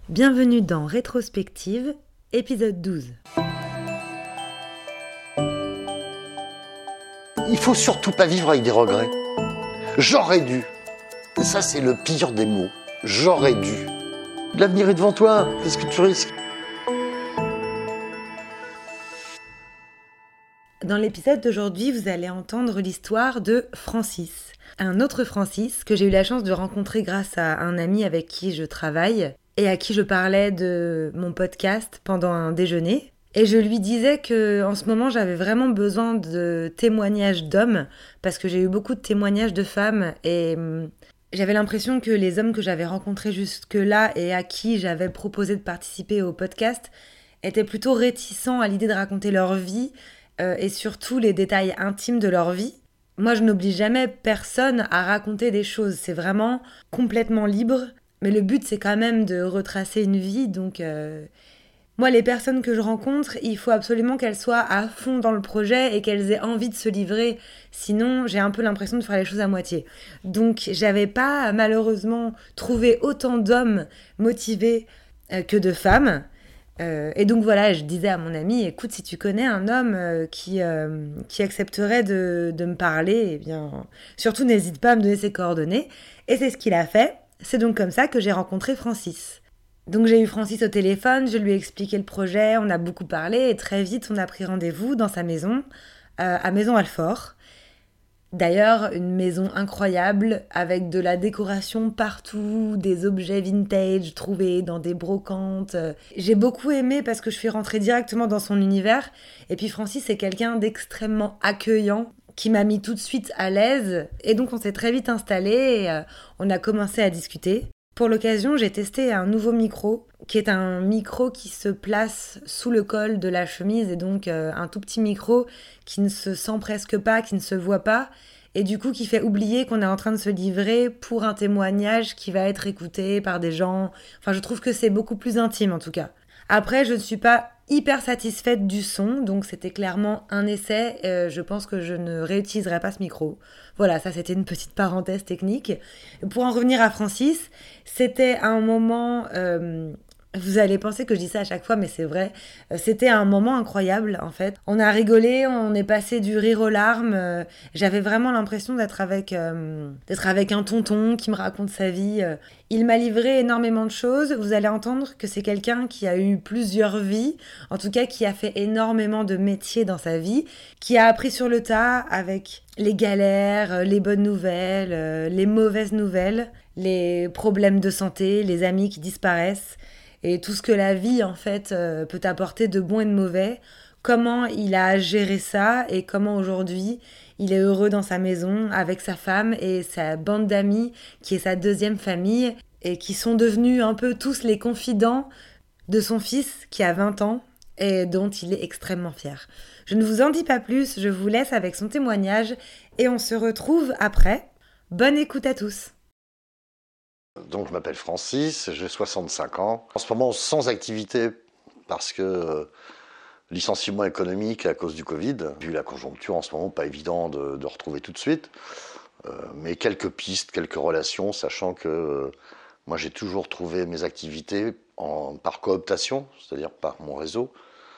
Bienvenue dans Rétrospective, épisode 12. Il faut surtout pas vivre avec des regrets. J'aurais dû. Ça, c'est le pire des mots. J'aurais dû. L'avenir est devant toi. Qu'est-ce que tu risques ? Dans l'épisode d'aujourd'hui, vous allez entendre l'histoire de Francis. Un autre Francis que j'ai eu la chance de rencontrer grâce à un ami avec qui je travaille et à qui je parlais de mon podcast pendant un déjeuner. Et je lui disais que en ce moment, j'avais vraiment besoin de témoignages d'hommes parce que j'ai eu beaucoup de témoignages de femmes et j'avais l'impression que les hommes que j'avais rencontrés jusque-là et à qui j'avais proposé de participer au podcast étaient plutôt réticents à l'idée de raconter leur vie et surtout les détails intimes de leur vie. Moi, je n'oblige jamais personne à raconter des choses, c'est vraiment complètement libre. Mais le but, c'est quand même de retracer une vie, donc moi, les personnes que je rencontre, il faut absolument qu'elles soient à fond dans le projet et qu'elles aient envie de se livrer. Sinon, j'ai un peu l'impression de faire les choses à moitié. Donc, j'avais pas malheureusement trouvé autant d'hommes motivés que de femmes. Et donc voilà, je disais à mon ami, écoute, si tu connais un homme qui accepterait de me parler, eh bien, surtout n'hésite pas à me donner ses coordonnées. Et c'est ce qu'il a fait. C'est donc comme ça que j'ai rencontré Francis. Donc j'ai eu Francis au téléphone, je lui ai expliqué le projet, on a beaucoup parlé et très vite on a pris rendez-vous dans sa maison, à Maison Alfort. D'ailleurs, une maison incroyable avec de la décoration partout, des objets vintage trouvés dans des brocantes. J'ai beaucoup aimé parce que je suis rentrée directement dans son univers. Et puis Francis est quelqu'un d'extrêmement accueillant qui m'a mis tout de suite à l'aise. Et donc on s'est très vite installés et on a commencé à discuter. Pour l'occasion, j'ai testé un nouveau micro, qui est un micro qui se place sous le col de la chemise, et donc un tout petit micro qui ne se sent presque pas, qui ne se voit pas, et du coup qui fait oublier qu'on est en train de se livrer pour un témoignage qui va être écouté par des gens. Enfin, je trouve que c'est beaucoup plus intime en tout cas. Après, je ne suis pas hyper satisfaite du son, donc c'était clairement un essai. Je pense que je ne réutiliserai pas ce micro. Voilà, ça c'était une petite parenthèse technique. Pour en revenir à Francis, c'était un moment... vous allez penser que je dis ça à chaque fois, mais c'est vrai. C'était un moment incroyable, en fait. On a rigolé, on est passé du rire aux larmes. J'avais vraiment l'impression d'être avec un tonton qui me raconte sa vie. Il m'a livré énormément de choses. Vous allez entendre que c'est quelqu'un qui a eu plusieurs vies, en tout cas qui a fait énormément de métiers dans sa vie, qui a appris sur le tas avec les galères, les bonnes nouvelles, les mauvaises nouvelles, les problèmes de santé, les amis qui disparaissent. Et tout ce que la vie, en fait, peut apporter de bon et de mauvais, comment il a géré ça et comment aujourd'hui il est heureux dans sa maison avec sa femme et sa bande d'amis qui est sa deuxième famille et qui sont devenus un peu tous les confidents de son fils qui a 20 ans et dont il est extrêmement fier. Je ne vous en dis pas plus, je vous laisse avec son témoignage et on se retrouve après. Bonne écoute à tous. Donc, je m'appelle Francis, j'ai 65 ans. En ce moment, sans activité, parce que licenciement économique à cause du Covid. Vu la conjoncture, en ce moment, pas évident de retrouver tout de suite. Mais quelques pistes, quelques relations, sachant que moi, j'ai toujours trouvé mes activités par cooptation, c'est-à-dire par mon réseau.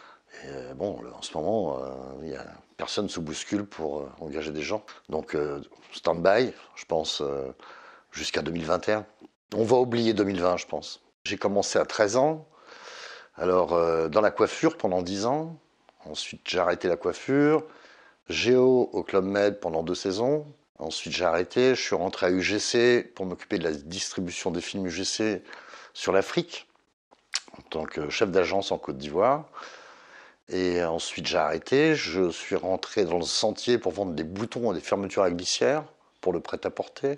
Et bon, en ce moment, il y a personne sous bouscule pour engager des gens. Donc, stand-by, je pense, jusqu'à 2021. On va oublier 2020, je pense. J'ai commencé à 13 ans. Alors, dans la coiffure pendant 10 ans. Ensuite, j'ai arrêté la coiffure. Géo au Club Med pendant 2 saisons. Ensuite, j'ai arrêté. Je suis rentré à UGC pour m'occuper de la distribution des films UGC sur l'Afrique, en tant que chef d'agence en Côte d'Ivoire. Et ensuite, j'ai arrêté. Je suis rentré dans le Sentier pour vendre des boutons et des fermetures à glissière pour le prêt-à-porter.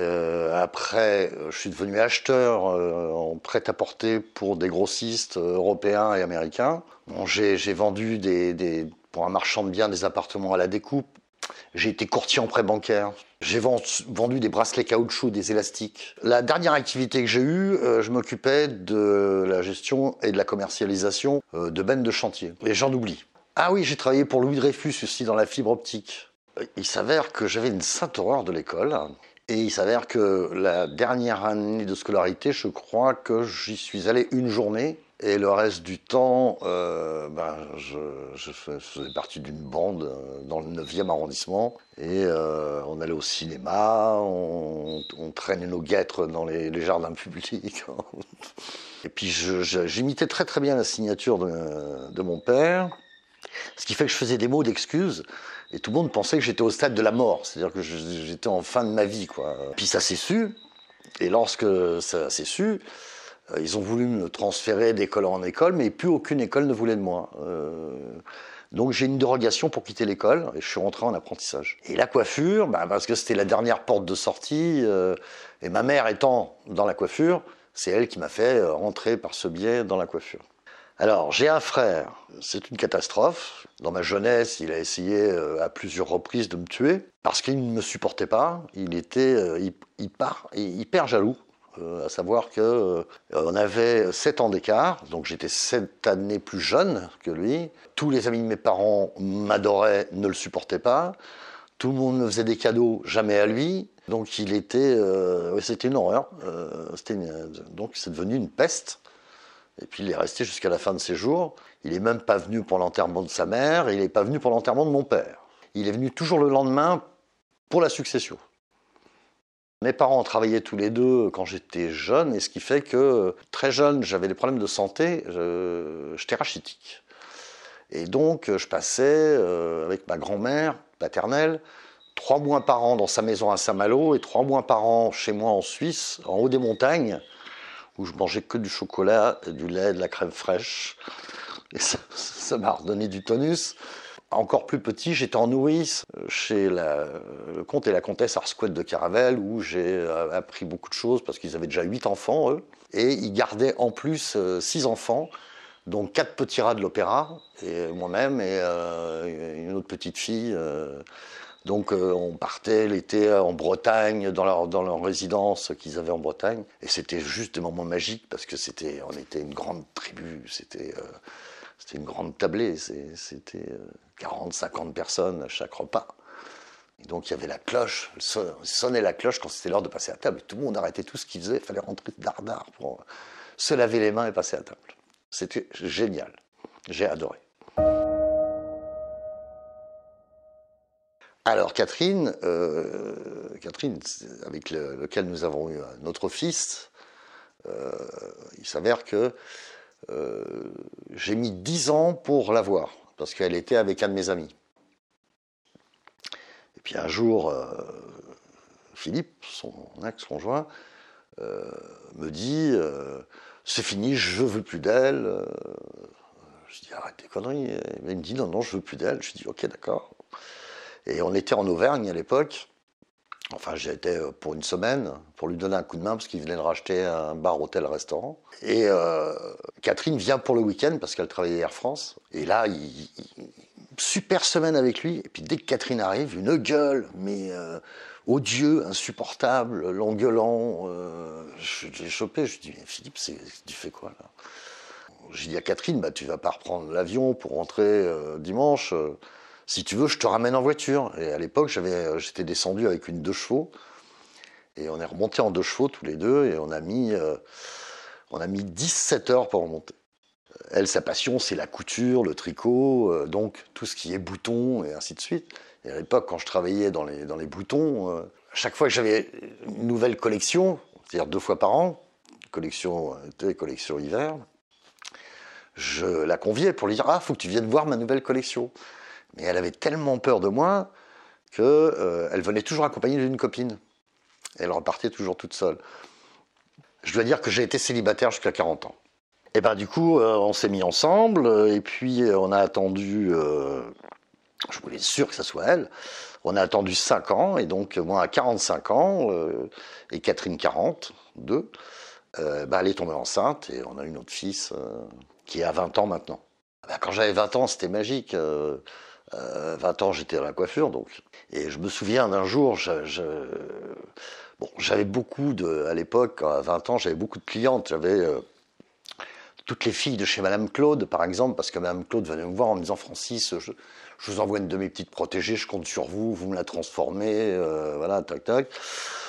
Après, je suis devenu acheteur en prêt-à-porter pour des grossistes européens et américains. Bon, j'ai vendu pour un marchand de biens des appartements à la découpe. J'ai été courtier en prêt bancaire. J'ai vendu des bracelets caoutchouc, des élastiques. La dernière activité que j'ai eue, je m'occupais de la gestion et de la commercialisation de bennes de chantier. Et j'en oublie. Ah oui, j'ai travaillé pour Louis Dreyfus aussi dans la fibre optique. Il s'avère que j'avais une sainte horreur de l'école. Et il s'avère que la dernière année de scolarité, je crois que j'y suis allé une journée. Et le reste du temps, je faisais partie d'une bande dans le 9e arrondissement. Et on allait au cinéma, on traînait nos guêtres dans les jardins publics. Et puis j'imitais très très bien la signature de mon père. Ce qui fait que je faisais des mots d'excuses. Et tout le monde pensait que j'étais au stade de la mort. C'est-à-dire que j'étais en fin de ma vie, quoi. Puis ça s'est su. Et lorsque ça s'est su, ils ont voulu me transférer d'école en école, mais plus aucune école ne voulait de moi. Donc j'ai une dérogation pour quitter l'école et je suis rentré en apprentissage. Et la coiffure, parce que c'était la dernière porte de sortie, et ma mère étant dans la coiffure, c'est elle qui m'a fait rentrer par ce biais dans la coiffure. Alors, j'ai un frère, c'est une catastrophe. Dans ma jeunesse, il a essayé à plusieurs reprises de me tuer parce qu'il ne me supportait pas. Il était hyper jaloux. À savoir que on avait 7 ans d'écart, donc j'étais 7 années plus jeune que lui. Tous les amis de mes parents m'adoraient, ne le supportaient pas. Tout le monde me faisait des cadeaux, jamais à lui. Donc il était, c'était une horreur. Donc c'est devenu une peste. Et puis il est resté jusqu'à la fin de ses jours. Il n'est même pas venu pour l'enterrement de sa mère, et il n'est pas venu pour l'enterrement de mon père. Il est venu toujours le lendemain pour la succession. Mes parents travaillaient tous les deux quand j'étais jeune, et ce qui fait que très jeune, j'avais des problèmes de santé, j'étais rachitique. Et donc je passais avec ma grand-mère paternelle 3 mois par an dans sa maison à Saint-Malo et 3 mois par an chez moi en Suisse, en haut des montagnes, où je mangeais que du chocolat, du lait, de la crème fraîche. Et ça m'a redonné du tonus. Encore plus petit, j'étais en nourrice chez le comte et la comtesse Arsquette de Caravelle, où j'ai appris beaucoup de choses, parce qu'ils avaient déjà 8 enfants, eux. Et ils gardaient en plus 6 enfants, dont 4 petits rats de l'opéra, et moi-même, et une autre petite fille. Donc on partait l'été en Bretagne, dans leur résidence qu'ils avaient en Bretagne. Et c'était juste des moments magiques, parce que on était une grande tribu, c'était une grande tablée, c'était 40, 50 personnes à chaque repas. Et donc il y avait la cloche, sonnait la cloche quand c'était l'heure de passer à table. Et tout le monde arrêtait tout ce qu'il faisait, il fallait rentrer dardard pour se laver les mains et passer à table. C'était génial, j'ai adoré. Alors Catherine, avec lequel nous avons eu notre fils, il s'avère que j'ai mis 10 ans pour la voir, parce qu'elle était avec un de mes amis. Et puis un jour, Philippe, son ex-conjoint, me dit c'est fini, je veux plus d'elle. Je dis arrête tes conneries. Il me dit non, je veux plus d'elle. Je dis ok, d'accord. Et on était en Auvergne à l'époque. Enfin, j'ai été pour une semaine pour lui donner un coup de main parce qu'il venait de racheter un bar, hôtel, restaurant. Et Catherine vient pour le week-end parce qu'elle travaillait Air France. Et là, super semaine avec lui. Et puis dès que Catherine arrive, une gueule, mais odieux, insupportable, l'engueulant. Je l'ai chopé. Je lui dis Philippe, tu fais quoi là? J'ai dit à Catherine, tu vas pas reprendre l'avion pour rentrer dimanche. Si tu veux, je te ramène en voiture. Et à l'époque, j'étais descendu avec une 2 chevaux. Et on est remonté en 2 chevaux tous les deux. Et on a mis 17 heures pour remonter. Elle, sa passion, c'est la couture, le tricot, donc tout ce qui est boutons et ainsi de suite. Et à l'époque, quand je travaillais dans les boutons, à chaque fois que j'avais une nouvelle collection, c'est-à-dire 2 fois par an, collection été, collection hiver, je la conviais pour lui dire « Ah, faut que tu viennes voir ma nouvelle collection ». Mais elle avait tellement peur de moi qu'elle venait toujours accompagnée d'une copine. Elle repartait toujours toute seule. Je dois dire que j'ai été célibataire jusqu'à 40 ans. Et du coup, on s'est mis ensemble, et puis on a attendu, je voulais être sûr que ça soit elle, on a attendu 5 ans, et donc moi à 45 ans, et Catherine 42, elle est tombée enceinte, et on a eu notre fils qui a 20 ans maintenant. Quand j'avais 20 ans, c'était magique. 20 ans, j'étais à la coiffure, donc. Et je me souviens d'un jour, j'avais beaucoup à l'époque, à 20 ans, j'avais beaucoup de clientes. J'avais toutes les filles de chez Madame Claude, par exemple, parce que Madame Claude venait me voir en me disant « Francis, je vous envoie une de mes petites protégées, je compte sur vous, vous me la transformez, voilà, tac, tac. »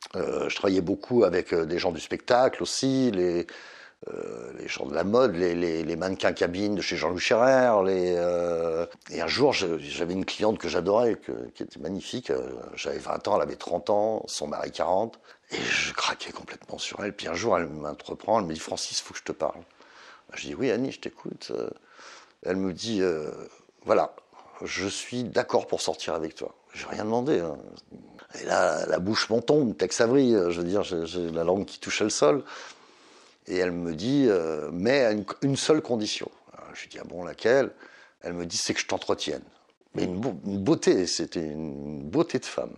Je travaillais beaucoup avec des gens du spectacle aussi, les gens de la mode, les mannequins cabines de chez Jean-Louis Scherrer. Et un jour, j'avais une cliente que j'adorais, qui était magnifique. J'avais 20 ans, elle avait 30 ans, son mari 40. Et je craquais complètement sur elle. Puis un jour, elle m'entreprend, elle me dit « Francis, il faut que je te parle ». Je dis « Oui, Annie, je t'écoute ». Elle me dit « Voilà, je suis d'accord pour sortir avec toi ». J'ai rien demandé. Hein. Et là, la bouche m'en tombe, Tex Avery, je veux dire, j'ai la langue qui touchait le sol. Et elle me dit, mais à une seule condition. Alors, je lui dis, ah bon, laquelle? Elle me dit, c'est que je t'entretienne. Mais une beauté, c'était une beauté de femme.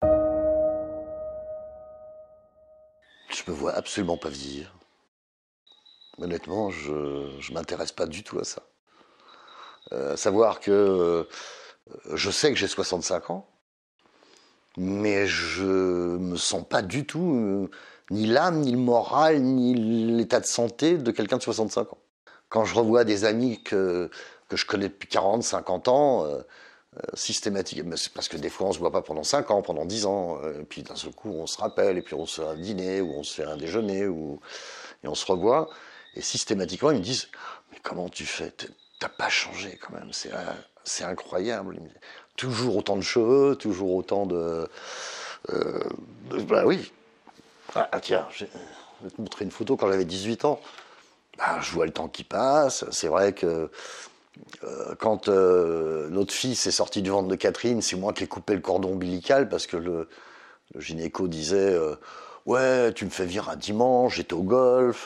Je me vois absolument pas vieillir. Honnêtement, je ne m'intéresse pas du tout à ça. Savoir que je sais que j'ai 65 ans, mais je me sens pas du tout ni l'âme, ni le moral, ni l'état de santé de quelqu'un de 65 ans. Quand je revois des amis que je connais depuis 40, 50 ans, systématiquement, c'est parce que des fois on se voit pas pendant 5 ans, pendant 10 ans, et puis d'un seul coup on se rappelle, et puis on se fait un dîner, ou on se fait un déjeuner, et on se revoit, et systématiquement ils me disent « Mais comment tu fais? T'as pas changé quand même, c'est incroyable. » Toujours autant de cheveux, toujours autant de... bah oui. Ah, tiens, je vais te montrer une photo quand j'avais 18 ans. Bah, je vois le temps qui passe. C'est vrai que quand notre fils est sorti du ventre de Catherine, c'est moi qui ai coupé le cordon ombilical parce que le gynéco disait ouais, tu me fais venir un dimanche, j'étais au golf,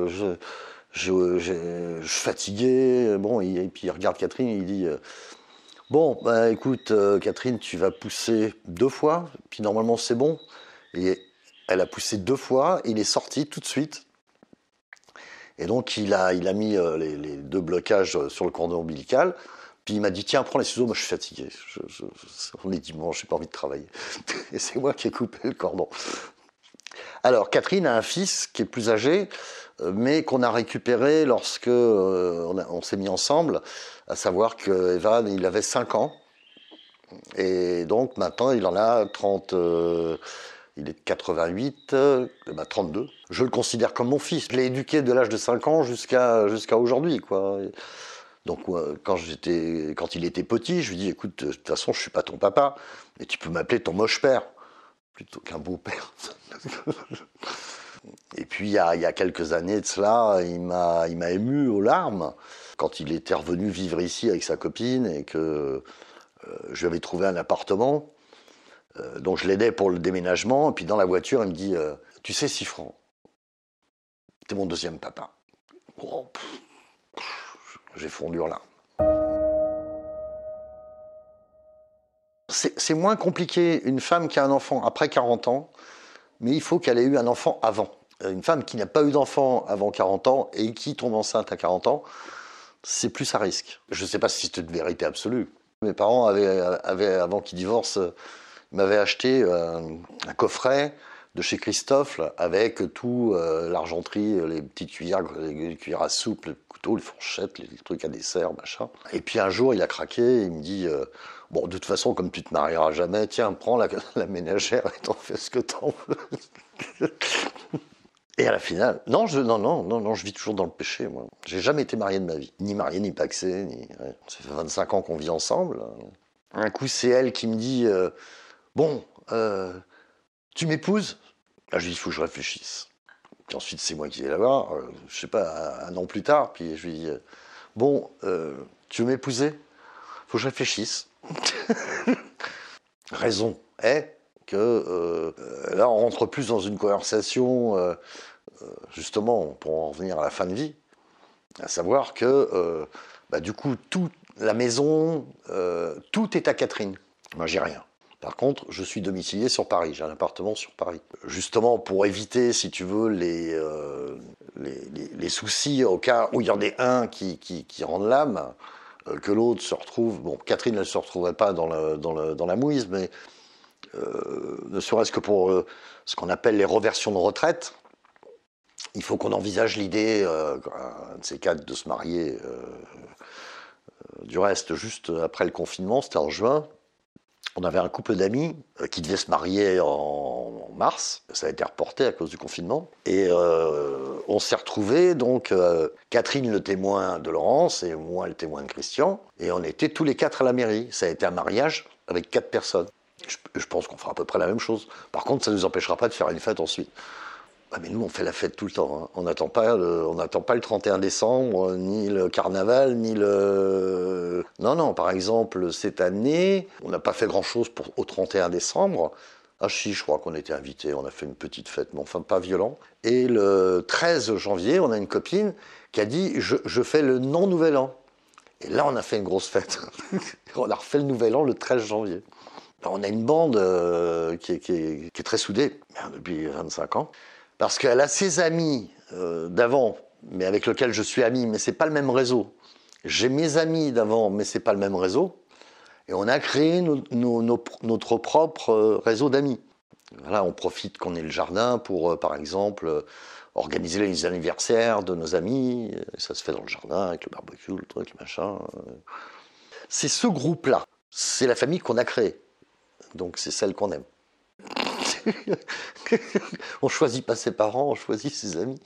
je suis fatigué. Bon, et puis il regarde Catherine et il dit bon, bah écoute, Catherine, tu vas pousser 2 fois, puis normalement c'est bon. Et elle a poussé 2 fois, il est sorti tout de suite. Et donc il a mis les 2 blocages sur le cordon ombilical. Puis il m'a dit tiens, prends les ciseaux, moi je suis fatigué. On est dimanche, j'ai pas envie de travailler. Et c'est moi qui ai coupé le cordon. Alors Catherine a un fils qui est plus âgé, mais qu'on a récupéré lorsque on s'est mis ensemble, à savoir que Evan, il avait 5 ans. Et donc maintenant il en a 30... il est de 88, 32. Je le considère comme mon fils. Je l'ai éduqué de l'âge de 5 ans jusqu'à aujourd'hui, quoi. Donc quand il était petit, je lui dis écoute, de toute façon, je suis pas ton papa, mais tu peux m'appeler ton moche père plutôt qu'un beau père. Et puis il y a quelques années de cela, il m'a ému aux larmes quand il était revenu vivre ici avec sa copine et que je lui avais trouvé un appartement. Donc je l'aidais pour le déménagement, et puis dans la voiture, il me dit tu sais, Siffran, t'es mon deuxième papa. Oh, j'ai fondu en larmes. C'est moins compliqué une femme qui a un enfant après 40 ans, mais il faut qu'elle ait eu un enfant avant. Une femme qui n'a pas eu d'enfant avant 40 ans et qui tombe enceinte à 40 ans, c'est plus à risque. Je ne sais pas si c'est une vérité absolue. Mes parents avaient avant qu'ils divorcent, m'avait acheté un coffret de chez Christophe avec tout l'argenterie, les petites cuillères, les cuillères à soupe, les couteaux, les fourchettes, les trucs à dessert, machin. Et puis un jour, il a craqué, il me dit bon, de toute façon, comme tu te marieras jamais, tiens, prends la ménagère et t'en fais ce que t'en veux. Et à la finale, non, je vis toujours dans le péché, moi. J'ai jamais été marié de ma vie. Ni marié, ni paxé, ouais. Ça fait 25 ans qu'on vit ensemble. Un coup, c'est elle qui me dit bon, tu m'épouses? Là, je lui dis, il faut que je réfléchisse. Puis ensuite, c'est moi qui vais la voir, je sais pas, un an plus tard, puis je lui dis, bon, tu veux m'épouser? Il faut que je réfléchisse. Raison est que là, on rentre plus dans une conversation, justement, pour en revenir à la fin de vie, à savoir que, du coup, toute la maison, tout est à Catherine. Moi, j'ai rien. Par contre, je suis domicilié sur Paris, j'ai un appartement sur Paris. Justement, pour éviter, si tu veux, les soucis au cas où il y en ait un qui rende l'âme, que l'autre se retrouve... Bon, Catherine ne se retrouverait pas dans la mouise, mais ne serait-ce que pour ce qu'on appelle les reversions de retraite, il faut qu'on envisage l'idée, un de ces quatre, de se marier. Du reste, juste après le confinement, c'était en juin. On avait un couple d'amis qui devait se marier en mars. Ça a été reporté à cause du confinement. Et on s'est retrouvés, donc Catherine le témoin de Laurence et moi le témoin de Christian. Et on était tous les 4 à la mairie. Ça a été un mariage avec 4 personnes. Je pense qu'on fera à peu près la même chose. Par contre, ça ne nous empêchera pas de faire une fête ensuite. Ah mais nous, on fait la fête tout le temps. Hein. On n'attend pas le 31 décembre, ni le carnaval, ni le... Non, par exemple, cette année, on n'a pas fait grand-chose au 31 décembre. Ah si, je crois qu'on était invités, on a fait une petite fête, mais enfin pas violent. Et le 13 janvier, on a une copine qui a dit « je fais le non-nouvel an ». Et là, on a fait une grosse fête. On a refait le nouvel an le 13 janvier. Alors, on a une bande qui est très soudée, depuis 25 ans. Parce qu'elle a ses amis d'avant, mais avec lesquels je suis ami, mais c'est pas le même réseau. J'ai mes amis d'avant, mais c'est pas le même réseau. Et on a créé notre propre réseau d'amis. Voilà, on profite qu'on ait le jardin pour, par exemple, organiser les anniversaires de nos amis. Et ça se fait dans le jardin, avec le barbecue, le truc, le machin. C'est ce groupe-là. C'est la famille qu'on a créée. Donc c'est celle qu'on aime. On choisit pas ses parents, on choisit ses amis.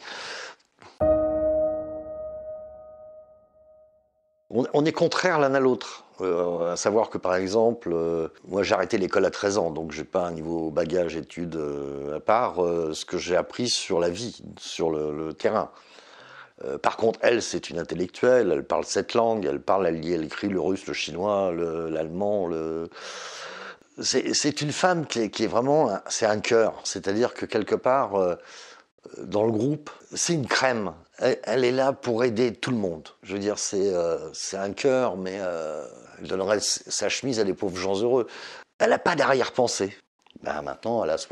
On est contraires l'un à l'autre. À savoir que par exemple, moi j'ai arrêté l'école à 13 ans, donc j'ai pas un niveau bagage études à part ce que j'ai appris sur la vie, sur le terrain. Par contre, elle, c'est une intellectuelle, elle parle 7 langues, elle écrit le russe, le chinois, l'allemand, C'est une femme qui est vraiment, c'est un cœur. C'est-à-dire que quelque part, dans le groupe, c'est une crème. Elle est là pour aider tout le monde. Je veux dire, c'est un cœur, mais elle donnerait sa chemise à des pauvres gens heureux. Elle n'a pas d'arrière-pensée. Ben, maintenant, elle a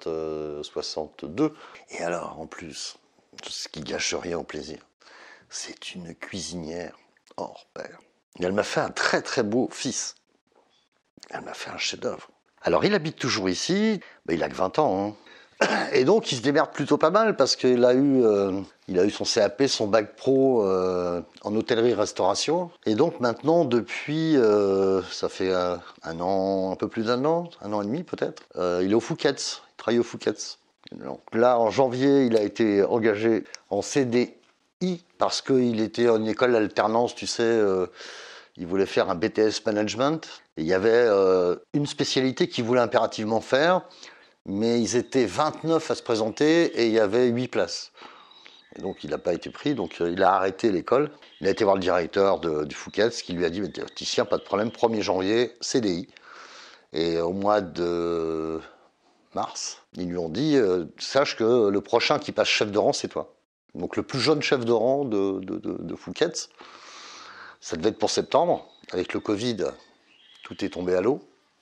62. Et alors, en plus, ce qui gâche rien au plaisir, c'est une cuisinière hors pair. Et elle m'a fait un très très beau fils. Elle m'a fait un chef-d'œuvre. Alors, il habite toujours ici. Ben, il a que 20 ans. Hein. Et donc, il se démerde plutôt pas mal parce qu'il a eu son CAP, son bac pro en hôtellerie-restauration. Et donc, maintenant, depuis, ça fait un an, un peu plus d'un an et demi peut-être, il est au Fouquet's. Il travaille au Fouquet's. Donc, là, en janvier, il a été engagé en CDI parce qu'il était en école d'alternance, tu sais. Il voulait faire un BTS Management. Et il y avait une spécialité qu'il voulait impérativement faire, mais ils étaient 29 à se présenter et il y avait 8 places. Et donc il n'a pas été pris, donc il a arrêté l'école. Il a été voir le directeur du Fouquet's qui lui a dit « Titien, pas de problème, 1er janvier, CDI ». Et au mois de mars, ils lui ont dit « Sache que le prochain qui passe chef de rang, c'est toi ». Donc le plus jeune chef de rang de Fouquet's. Ça devait être pour septembre. Avec le Covid, tout est tombé à l'eau.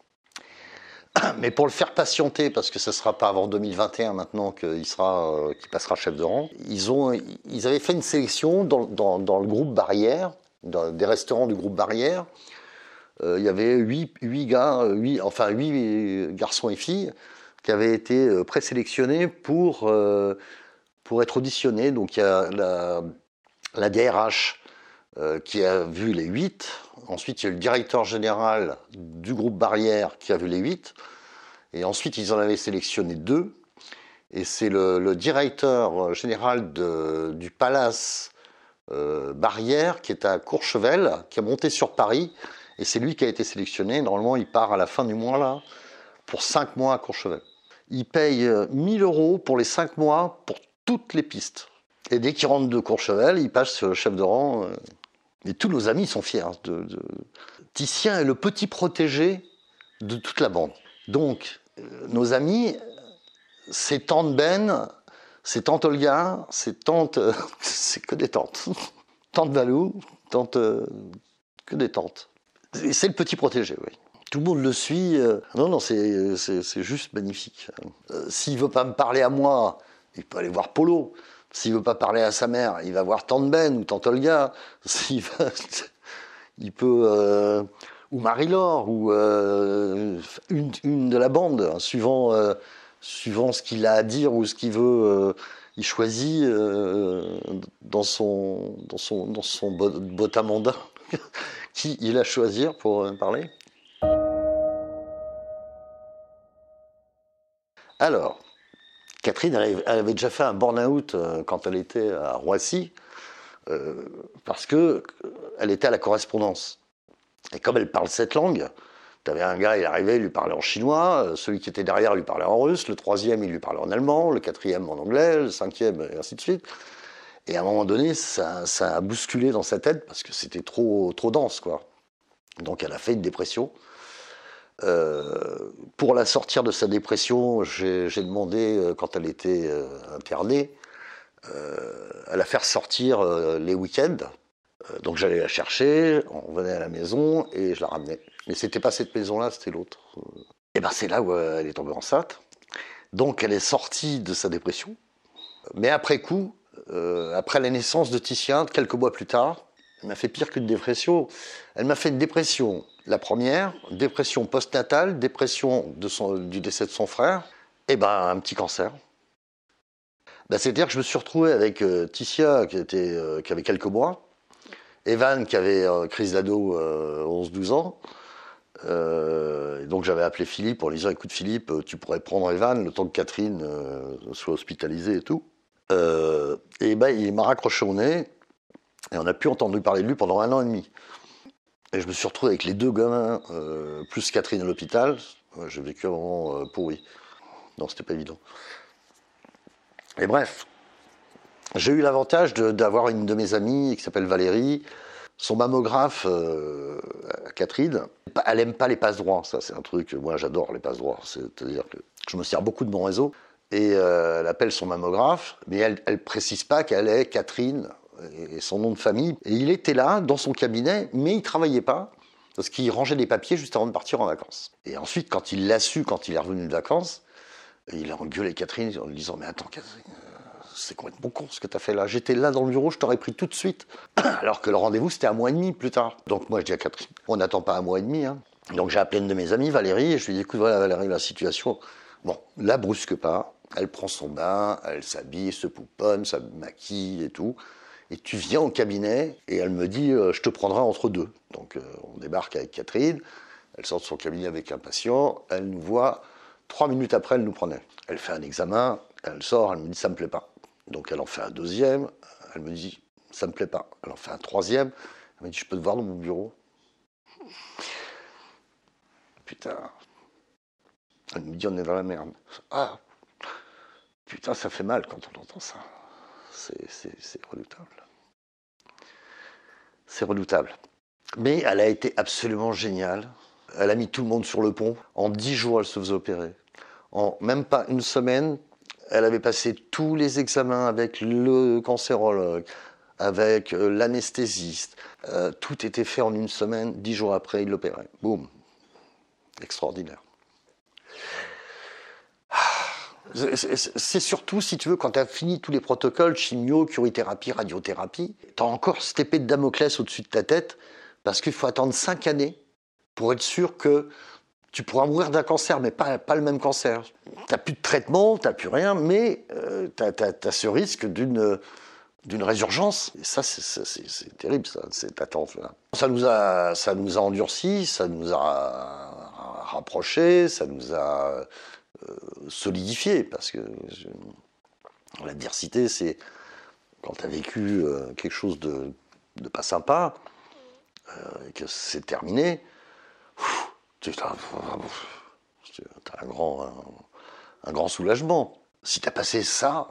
Mais pour le faire patienter, parce que ça ne sera pas avant 2021 maintenant qu'il passera chef de rang, ils avaient fait une sélection dans le groupe Barrière, dans des restaurants du groupe Barrière. Il y avait 8 garçons et filles qui avaient été présélectionnés pour être auditionnés. Donc il y a la DRH qui a vu les 8. Ensuite, il y a le directeur général du groupe Barrière qui a vu les 8. Et ensuite, ils en avaient sélectionné 2. Et c'est le directeur général du Palace Barrière, qui est à Courchevel, qui a monté sur Paris. Et c'est lui qui a été sélectionné. Normalement, il part à la fin du mois, là, pour 5 mois à Courchevel. Il paye 1 000 € pour les 5 mois pour toutes les pistes. Et dès qu'il rentre de Courchevel, il passe chef de rang. Et tous nos amis sont fiers. Titien est le petit protégé de toute la bande. Donc, nos amis, c'est tante Ben, c'est tante Olga, c'est tante... c'est que des tantes. Tante Valou, que des tantes. C'est le petit protégé, oui. Tout le monde le suit. Non, c'est juste magnifique. S'il ne veut pas me parler à moi, il peut aller voir Polo. S'il ne veut pas parler à sa mère, il va voir tante Ben ou tante Olga. Il peut... ou Marie-Laure, ou une de la bande, suivant ce qu'il a à dire ou ce qu'il veut. Il choisit dans son botamanda qui il a choisi pour parler. Alors, Catherine, elle avait déjà fait un burn-out quand elle était à Roissy, parce que elle était à la correspondance. Et comme elle parle cette langue, t'avais un gars, il arrivait, il lui parlait en chinois, celui qui était derrière lui parlait en russe, le troisième, il lui parlait en allemand, le quatrième en anglais, le cinquième, et ainsi de suite. Et à un moment donné, ça a bousculé dans sa tête parce que c'était trop dense, quoi. Donc elle a fait une dépression. Pour la sortir de sa dépression, j'ai demandé, quand elle était internée, à la faire sortir les week-ends. Donc j'allais la chercher, on venait à la maison et je la ramenais. Mais c'était pas cette maison-là, c'était l'autre. Et ben c'est là où elle est tombée enceinte. Donc elle est sortie de sa dépression. Mais après coup, après la naissance de Titien, quelques mois plus tard, elle m'a fait pire qu'une dépression. Elle m'a fait une dépression, la première, dépression postnatale, dépression du décès de son frère, et ben un petit cancer. Ben, c'est-à-dire que je me suis retrouvé avec Ticia qui avait quelques mois, Evan qui avait crise d'ado 11-12 ans. Donc j'avais appelé Philippe en lui disant écoute Philippe, tu pourrais prendre Evan le temps que Catherine soit hospitalisée et tout. Et ben il m'a raccroché au nez et on n'a plus entendu parler de lui pendant 1 an et demi. Et je me suis retrouvé avec les 2 gamins plus Catherine à l'hôpital. Ouais, j'ai vécu un moment pourri. Non, c'était pas évident. Et bref, j'ai eu l'avantage d'avoir une de mes amies qui s'appelle Valérie. Son mammographe, Catherine, elle aime pas les passe-droits. Ça, c'est un truc, moi j'adore les passe-droits. C'est-à-dire que je me sers beaucoup de mon réseau. Et elle appelle son mammographe, mais elle précise pas qu'elle est Catherine et son nom de famille. Et il était là, dans son cabinet, mais il travaillait pas, parce qu'il rangeait des papiers juste avant de partir en vacances. Et ensuite, quand il l'a su, quand il est revenu de vacances, il a engueulé Catherine en lui disant « Mais attends, Catherine, c'est complètement con ce que tu as fait là. J'étais là dans le bureau, je t'aurais pris tout de suite. » Alors que le rendez-vous, c'était 1 mois et demi plus tard. Donc moi, je dis à Catherine, on n'attend pas 1 mois et demi. Hein. Donc j'ai appelé une de mes amies, Valérie, et je lui dis, écoute, voilà Valérie, la situation, bon, la brusque pas. Elle prend son bain, elle s'habille, se pouponne, se maquille et tout. Et tu viens au cabinet, et elle me dit, je te prendrai entre deux. Donc on débarque avec Catherine, elle sort de son cabinet avec un patient, elle nous voit, 3 minutes après, elle nous prenait. Elle fait un examen, elle sort, elle me dit, ça me plaît pas. Donc elle en fait un deuxième, elle me dit, ça me plaît pas. Elle en fait un troisième, elle me dit, je peux te voir dans mon bureau? Putain. Elle me dit, on est dans la merde. Ah, putain, ça fait mal quand on entend ça. C'est redoutable. C'est redoutable. Mais elle a été absolument géniale. Elle a mis tout le monde sur le pont. En 10 jours, elle se faisait opérer. En même pas une semaine, elle avait passé tous les examens avec le cancérologue, avec l'anesthésiste. Tout était fait en 1 semaine. 10 jours après, il l'opérait. Boum. Extraordinaire. C'est surtout, si tu veux, quand tu as fini tous les protocoles, chimio, curithérapie, radiothérapie, tu as encore cette épée de Damoclès au-dessus de ta tête, parce qu'il faut attendre 5 années pour être sûr que tu pourras mourir d'un cancer, mais pas le même cancer. Tu n'as plus de traitement, tu n'as plus rien, mais tu as ce risque d'une résurgence. Et ça, c'est terrible, ça, cette attente-là. Ça nous a endurcis, ça nous a rapprochés, ça nous a solidifié, parce que l'adversité, c'est quand tu as vécu quelque chose de pas sympa, et que c'est terminé, tu as un grand soulagement. Si tu as passé ça,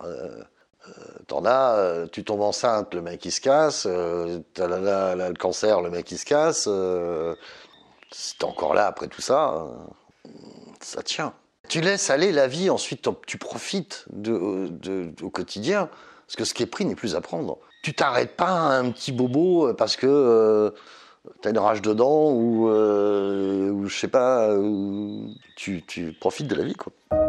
tu tombes enceinte, le mec il se casse, t'as le cancer, le mec il se casse, si t'es encore là après tout ça, ça tient. Tu laisses aller la vie, ensuite tu profites au quotidien, parce que ce qui est pris n'est plus à prendre. Tu t'arrêtes pas à un petit bobo parce que t'as une rage dedans ou je sais pas, tu profites de la vie, quoi.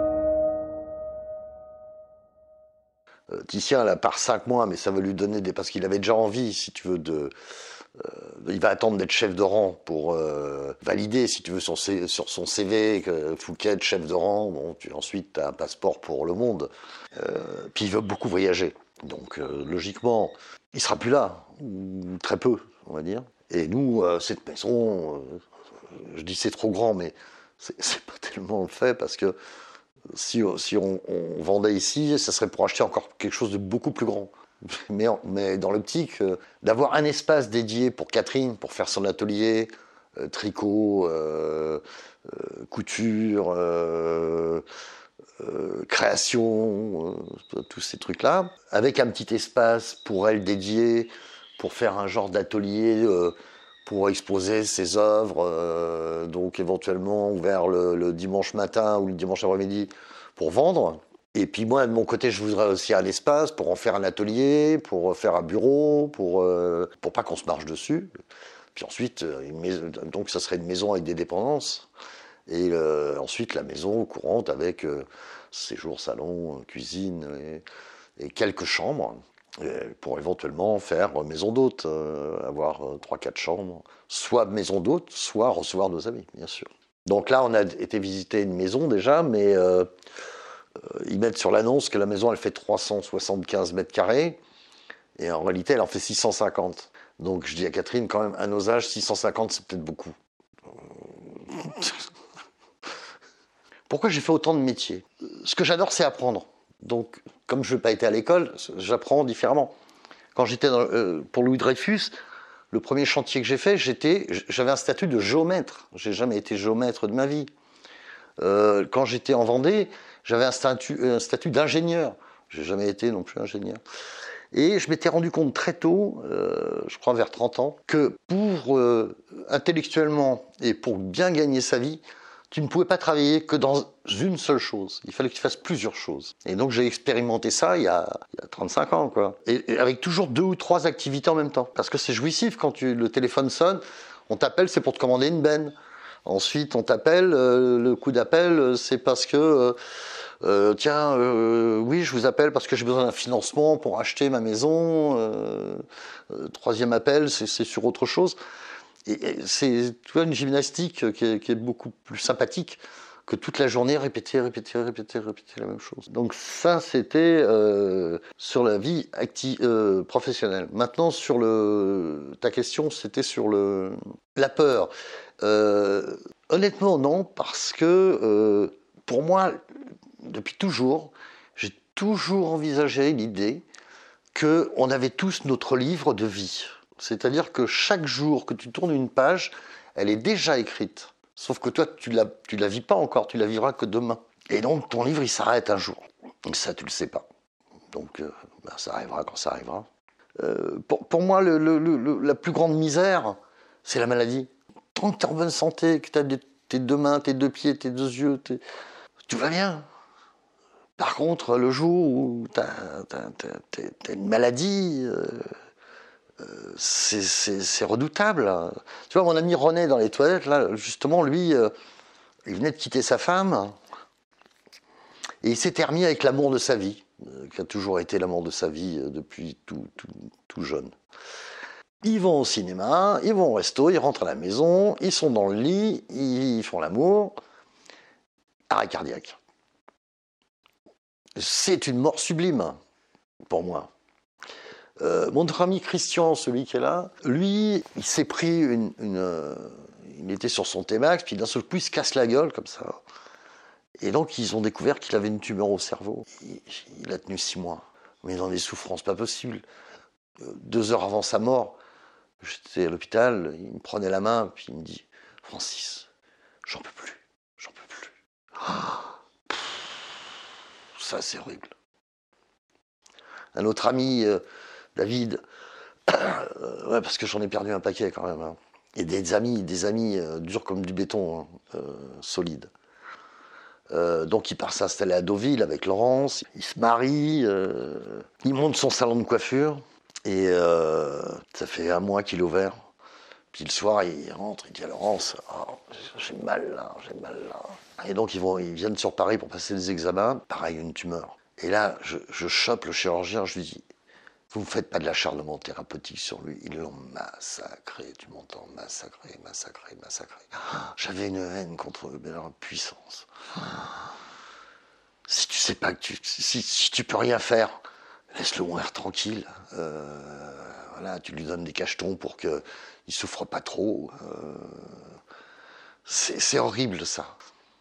Titien, elle a part 5 mois, mais ça va lui donner parce qu'il avait déjà envie, si tu veux, il va attendre d'être chef de rang pour valider, si tu veux, sur son CV, que Fouquet, chef de rang. Bon, ensuite, tu as un passeport pour le monde. Puis il veut beaucoup voyager. Donc, logiquement, il sera plus là, ou très peu, on va dire. Et nous, cette maison, je dis c'est trop grand, mais c'est pas tellement le fait, parce que si on vendait ici, ça serait pour acheter encore quelque chose de beaucoup plus grand. Mais dans l'optique d'avoir un espace dédié pour Catherine, pour faire son atelier, tricot, couture, création, tous ces trucs-là, avec un petit espace pour elle dédié, pour faire un genre d'atelier, pour exposer ses œuvres, donc éventuellement ouvert le dimanche matin ou le dimanche après-midi pour vendre. Et puis moi, de mon côté, je voudrais aussi un espace pour en faire un atelier, pour faire un bureau, pour pas qu'on se marche dessus. Puis ensuite, donc ça serait une maison avec des dépendances. Et ensuite, la maison courante avec séjour, salon, cuisine et quelques chambres pour éventuellement faire maison d'hôte, avoir 3-4 chambres, soit maison d'hôte, soit recevoir nos amis, bien sûr. Donc là, on a été visiter une maison déjà, mais ils mettent sur l'annonce que la maison, elle fait 375 mètres carrés, et en réalité, elle en fait 650. Donc je dis à Catherine, quand même, à nos âges, 650, c'est peut-être beaucoup. Pourquoi j'ai fait autant de métiers? Ce que j'adore, c'est apprendre. Donc, comme je n'ai pas été à l'école, j'apprends différemment. Quand j'étais pour Louis Dreyfus, le premier chantier que j'ai fait, j'avais un statut de géomètre. J'ai jamais été géomètre de ma vie. Quand j'étais en Vendée, j'avais un statut d'ingénieur. J'ai jamais été non plus ingénieur. Et je m'étais rendu compte très tôt, je crois vers 30 ans, que pour intellectuellement et pour bien gagner sa vie, tu ne pouvais pas travailler que dans une seule chose. Il fallait que tu fasses plusieurs choses. Et donc j'ai expérimenté ça il y a 35 ans, quoi. Et avec toujours 2 ou 3 activités en même temps. Parce que c'est jouissif quand le téléphone sonne, on t'appelle, c'est pour te commander une benne. Ensuite, on t'appelle, le coup d'appel, c'est parce que... tiens, oui, je vous appelle parce que j'ai besoin d'un financement pour acheter ma maison. Troisième appel, c'est sur autre chose. Et c'est une gymnastique qui est beaucoup plus sympathique que toute la journée répéter la même chose. Donc ça, c'était sur la vie professionnelle. Maintenant, sur ta question, c'était sur la peur. Honnêtement, non, parce que pour moi, depuis toujours, j'ai toujours envisagé l'idée qu'on avait tous notre livre de vie. C'est-à-dire que chaque jour que tu tournes une page, elle est déjà écrite. Sauf que toi, tu la vis pas encore, tu la vivras que demain. Et donc, ton livre, il s'arrête un jour. Et ça, tu le sais pas. Donc, ça arrivera quand ça arrivera. Pour moi, la plus grande misère, c'est la maladie. Tant que tu es en bonne santé, que tu as tes 2 mains, tes 2 pieds, tes 2 yeux, tout va bien. Par contre, le jour où tu as une maladie, c'est redoutable. Tu vois, mon ami René dans les toilettes, là, justement, lui, il venait de quitter sa femme et il s'était remis avec l'amour de sa vie, qui a toujours été l'amour de sa vie depuis tout jeune. Ils vont au cinéma, ils vont au resto, ils rentrent à la maison, ils sont dans le lit, ils font l'amour. Arrêt cardiaque. C'est une mort sublime, pour moi. Mon ami Christian, celui qui est là, lui, il s'est pris il était sur son T-Max, puis d'un seul coup, il se casse la gueule, comme ça. Et donc, ils ont découvert qu'il avait une tumeur au cerveau. Il a tenu 6 mois. Mais dans des souffrances pas possibles. 2 heures avant sa mort, j'étais à l'hôpital, il me prenait la main, puis il me dit « Francis, j'en peux plus. Ça, c'est horrible. » Un autre ami, David, ouais, parce que j'en ai perdu un paquet quand même. Hein. Et des amis durs comme du béton, hein, solides. Donc il part s'installer à Deauville avec Laurence, il se marie, il monte son salon de coiffure, et ça fait 1 mois qu'il est ouvert. Puis le soir, il rentre, il dit à Laurence, oh, j'ai mal là. Et donc ils viennent sur Paris pour passer des examens, pareil, une tumeur. Et là, je chope le chirurgien, je lui dis, vous ne faites pas de l'acharnement thérapeutique sur lui. Ils l'ont massacré, tu m'entends, massacré. J'avais une haine contre eux, mais leur puissance. Si tu sais pas que si tu peux rien faire, laisse-le mourir tranquille. Voilà, tu lui donnes des cachetons pour qu'il souffre pas trop. C'est horrible ça.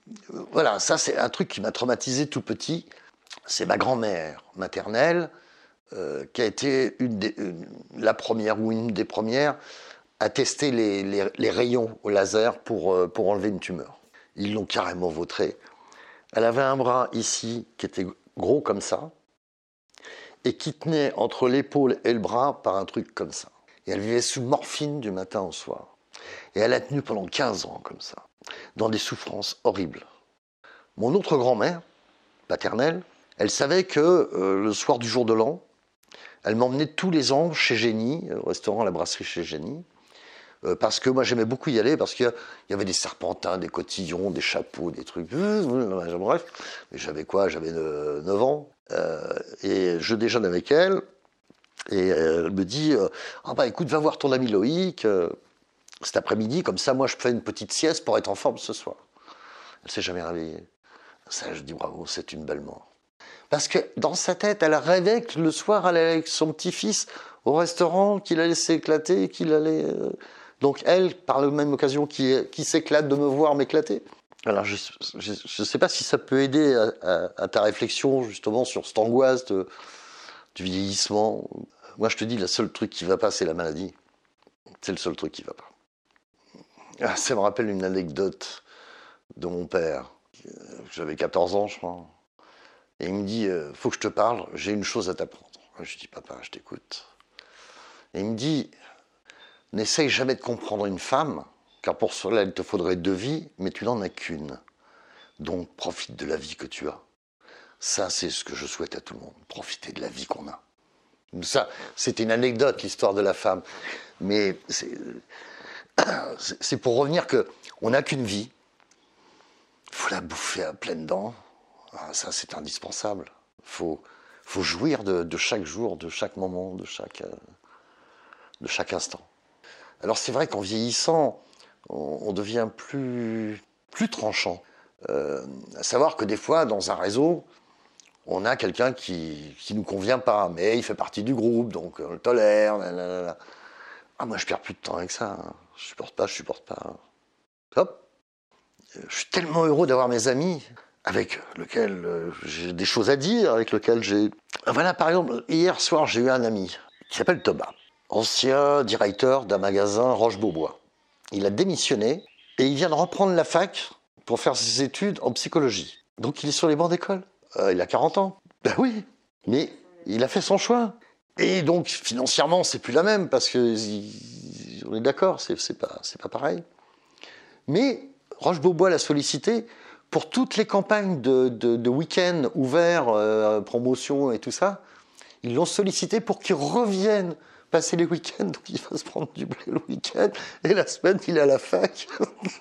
Voilà, ça c'est un truc qui m'a traumatisé tout petit. C'est ma grand-mère maternelle qui a été la première ou une des premières à tester les rayons au laser pour enlever une tumeur. Ils l'ont carrément vautré. Elle avait un bras ici qui était gros comme ça et qui tenait entre l'épaule et le bras par un truc comme ça. Et elle vivait sous morphine du matin au soir. Et elle a tenu pendant 15 ans comme ça, dans des souffrances horribles. Mon autre grand-mère, paternelle, elle savait que le soir du jour de l'an, elle m'emmenait tous les ans chez Génie, au restaurant, à la brasserie chez Génie, parce que moi j'aimais beaucoup y aller, parce qu'il y avait des serpentins, des cotillons, des chapeaux, des trucs, bref. Mais j'avais quoi? J'avais 9 ans, et je déjeune avec elle, et elle me dit ah bah écoute, va voir ton ami Loïc cet après-midi, comme ça moi je fais une petite sieste pour être en forme ce soir. Elle s'est jamais réveillée. Ça, je dis bravo, c'est une belle mort. Parce que dans sa tête, elle rêvait que le soir, elle allait avec son petit-fils au restaurant, qu'il allait s'éclater, qu'il allait... Donc elle, par la même occasion, qui s'éclate de me voir m'éclater. Alors je ne sais pas si ça peut aider à ta réflexion justement sur cette angoisse du vieillissement. Moi je te dis, le seul truc qui ne va pas, c'est la maladie. C'est le seul truc qui ne va pas. Ah, ça me rappelle une anecdote de mon père. J'avais 14 ans, je crois. Et il me dit, faut que je te parle, j'ai une chose à t'apprendre. Je dis, papa, je t'écoute. Et il me dit, n'essaye jamais de comprendre une femme, car pour cela, il te faudrait 2 vies, mais tu n'en as qu'une. Donc, profite de la vie que tu as. Ça, c'est ce que je souhaite à tout le monde, profiter de la vie qu'on a. Ça, c'était une anecdote, l'histoire de la femme. Mais c'est pour revenir qu'on n'a qu'une vie. Il faut la bouffer à pleines dents. Ah, ça, c'est indispensable. Il faut jouir de chaque jour, de chaque moment, de chaque instant. Alors, c'est vrai qu'en vieillissant, on devient plus tranchant. À savoir que des fois, dans un réseau, on a quelqu'un qui nous convient pas, mais il fait partie du groupe, donc on le tolère. Là. Ah, moi, je perds plus de temps avec ça. Hein. Je supporte pas. Hop. Je suis tellement heureux d'avoir mes amis avec lesquels j'ai des choses à dire, avec lesquels j'ai... Voilà, par exemple, hier soir, j'ai eu un ami qui s'appelle Thomas, ancien directeur d'un magasin Roche-Beaubois. Il a démissionné et il vient de reprendre la fac pour faire ses études en psychologie. Donc il est sur les bancs d'école. Il a 40 ans. Ben oui, mais il a fait son choix. Et donc, financièrement, c'est plus la même, parce que on est d'accord, c'est pas pareil. Mais Roche-Beaubois l'a sollicité pour toutes les campagnes de week-end ouverts, promotion et tout ça. Ils l'ont sollicité pour qu'il revienne passer les week-ends, donc il va se prendre du blé le week-end, et la semaine, il est à la fac.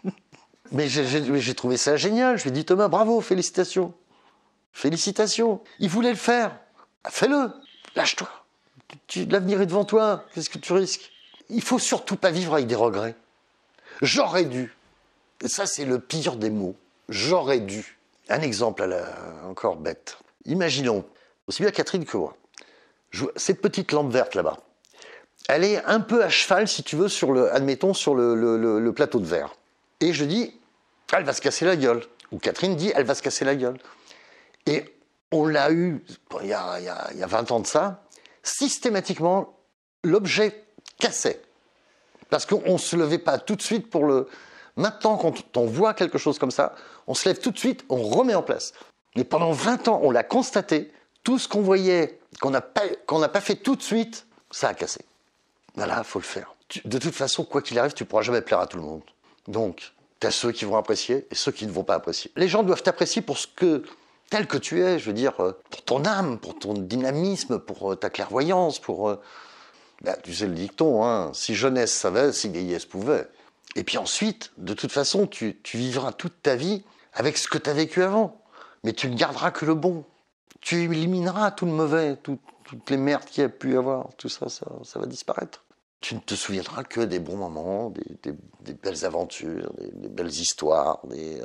Mais j'ai trouvé ça génial. Je lui ai dit, Thomas, bravo, félicitations. Félicitations. Il voulait le faire. Fais-le. Lâche-toi. L'avenir est devant toi. Qu'est-ce que tu risques? Il faut surtout pas vivre avec des regrets. J'aurais dû. Et ça, c'est le pire des mots. J'aurais dû. Un exemple encore bête. Imaginons, aussi bien Catherine que moi, cette petite lampe verte là-bas, elle est un peu à cheval, si tu veux, admettons, sur le plateau de verre. Et je dis, elle va se casser la gueule. Ou Catherine dit, elle va se casser la gueule. Et on l'a eu, il y a 20 ans de ça, systématiquement, l'objet cassait. Parce qu'on ne se levait pas tout de suite pour le... Maintenant, quand on voit quelque chose comme ça, on se lève tout de suite, on remet en place. Mais pendant 20 ans, on l'a constaté, tout ce qu'on voyait, qu'on n'a pas fait tout de suite, ça a cassé. Voilà, il faut le faire. De toute façon, quoi qu'il arrive, tu ne pourras jamais plaire à tout le monde. Donc, tu as ceux qui vont apprécier et ceux qui ne vont pas apprécier. Les gens doivent t'apprécier pour tel que tu es, je veux dire, pour ton âme, pour ton dynamisme, pour ta clairvoyance, pour... tu sais le dicton, hein, si jeunesse savait, si vieillesse pouvait. Et puis ensuite, de toute façon, tu vivras toute ta vie avec ce que tu as vécu avant. Mais tu ne garderas que le bon. Tu élimineras tout le mauvais, toutes les merdes qu'il y a pu y avoir. Tout ça, ça va disparaître. Tu ne te souviendras que des bons moments, des belles aventures, des belles histoires,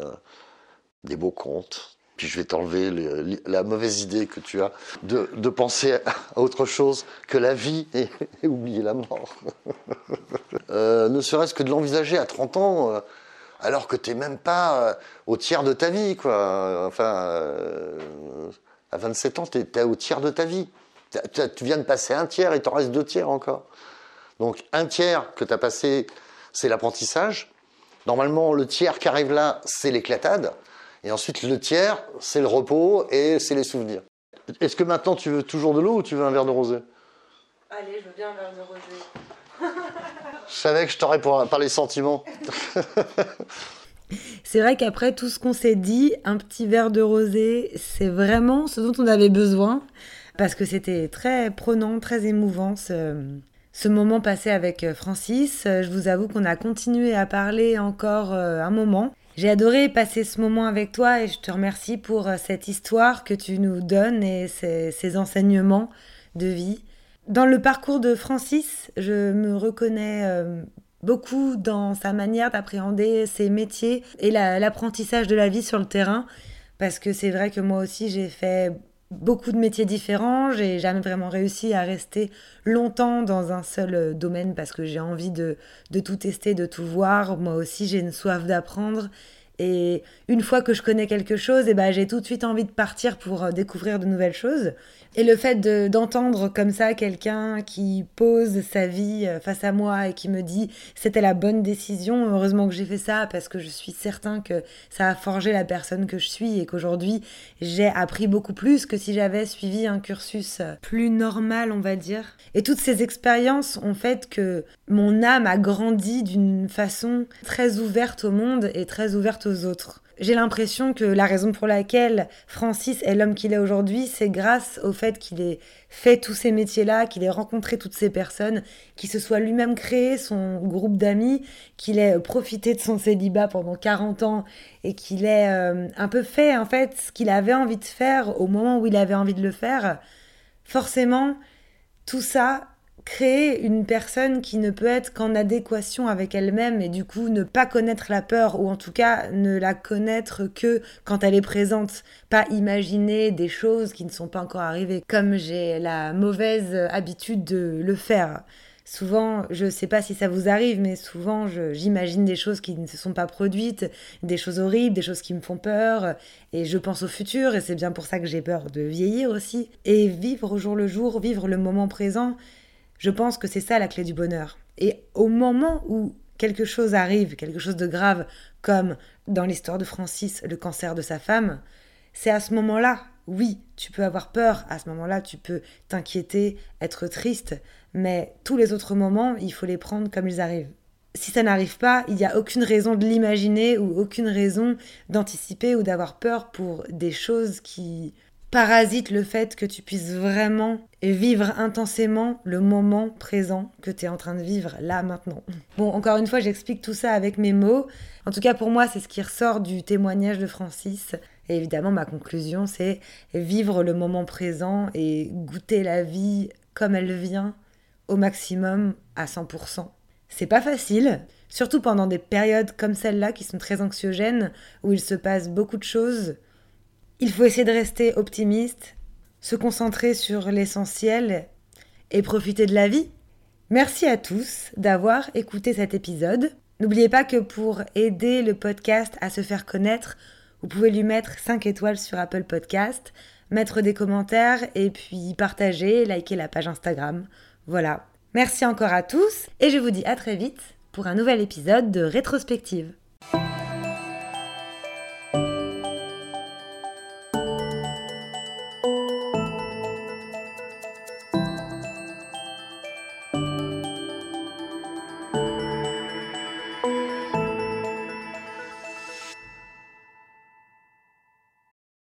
des beaux contes. Puis je vais t'enlever la mauvaise idée que tu as de penser à autre chose que la vie et oublier la mort. Ne serait-ce que de l'envisager à 30 ans, alors que t'es même pas au tiers de ta vie, quoi. Enfin, à 27 ans, t'es au tiers de ta vie. Tu viens de passer un tiers, il t'en reste 2 tiers encore. Donc un tiers que t'as passé, c'est l'apprentissage. Normalement, le tiers qui arrive là, c'est l'éclatade. Et ensuite, le tiers, c'est le repos et c'est les souvenirs. Est-ce que maintenant, tu veux toujours de l'eau ou tu veux un verre de rosé? Allez, je veux bien un verre de rosé. Je savais que je t'aurais par les sentiments. C'est vrai qu'après tout ce qu'on s'est dit, un petit verre de rosé, c'est vraiment ce dont on avait besoin. Parce que c'était très prenant, très émouvant ce moment passé avec Francis. Je vous avoue qu'on a continué à parler encore un moment. J'ai adoré passer ce moment avec toi et je te remercie pour cette histoire que tu nous donnes et ces enseignements de vie. Dans le parcours de Francis, je me reconnais beaucoup dans sa manière d'appréhender ses métiers et l'apprentissage de la vie sur le terrain. Parce que c'est vrai que moi aussi, j'ai fait beaucoup de métiers différents. J'ai jamais vraiment réussi à rester longtemps dans un seul domaine parce que j'ai envie de tout tester, de tout voir. Moi aussi, j'ai une soif d'apprendre. Et une fois que je connais quelque chose, j'ai tout de suite envie de partir pour découvrir de nouvelles choses. Et le fait d'entendre comme ça quelqu'un qui pose sa vie face à moi et qui me dit c'était la bonne décision, heureusement que j'ai fait ça parce que je suis certain que ça a forgé la personne que je suis et qu'aujourd'hui j'ai appris beaucoup plus que si j'avais suivi un cursus plus normal, on va dire. Et toutes ces expériences ont fait que mon âme a grandi d'une façon très ouverte au monde et très ouverte aux autres. J'ai l'impression que la raison pour laquelle Francis est l'homme qu'il est aujourd'hui, c'est grâce au fait qu'il ait fait tous ces métiers-là, qu'il ait rencontré toutes ces personnes, qu'il se soit lui-même créé son groupe d'amis, qu'il ait profité de son célibat pendant 40 ans et qu'il ait un peu fait en fait ce qu'il avait envie de faire au moment où il avait envie de le faire. Forcément, tout ça créer une personne qui ne peut être qu'en adéquation avec elle-même et du coup ne pas connaître la peur ou en tout cas ne la connaître que quand elle est présente, pas imaginer des choses qui ne sont pas encore arrivées comme j'ai la mauvaise habitude de le faire. Souvent, je sais pas si ça vous arrive, mais souvent j'imagine des choses qui ne se sont pas produites, des choses horribles, des choses qui me font peur, et je pense au futur, et c'est bien pour ça que j'ai peur de vieillir aussi. Et vivre au jour le jour, vivre le moment présent, je pense que c'est ça la clé du bonheur. Et au moment où quelque chose arrive, quelque chose de grave, comme dans l'histoire de Francis, le cancer de sa femme, c'est à ce moment-là, oui, tu peux avoir peur, à ce moment-là, tu peux t'inquiéter, être triste, mais tous les autres moments, il faut les prendre comme ils arrivent. Si ça n'arrive pas, il n'y a aucune raison de l'imaginer ou aucune raison d'anticiper ou d'avoir peur pour des choses qui parasite le fait que tu puisses vraiment vivre intensément le moment présent que tu es en train de vivre là maintenant. Bon, encore une fois, j'explique tout ça avec mes mots. En tout cas, pour moi, c'est ce qui ressort du témoignage de Francis. Et évidemment, ma conclusion, c'est vivre le moment présent et goûter la vie comme elle vient au maximum à 100%. C'est pas facile, surtout pendant des périodes comme celle-là qui sont très anxiogènes, où il se passe beaucoup de choses. Il faut essayer de rester optimiste, se concentrer sur l'essentiel et profiter de la vie. Merci à tous d'avoir écouté cet épisode. N'oubliez pas que pour aider le podcast à se faire connaître, vous pouvez lui mettre 5 étoiles sur Apple Podcast, mettre des commentaires et puis partager, liker la page Instagram. Voilà. Merci encore à tous et je vous dis à très vite pour un nouvel épisode de Rétrospective.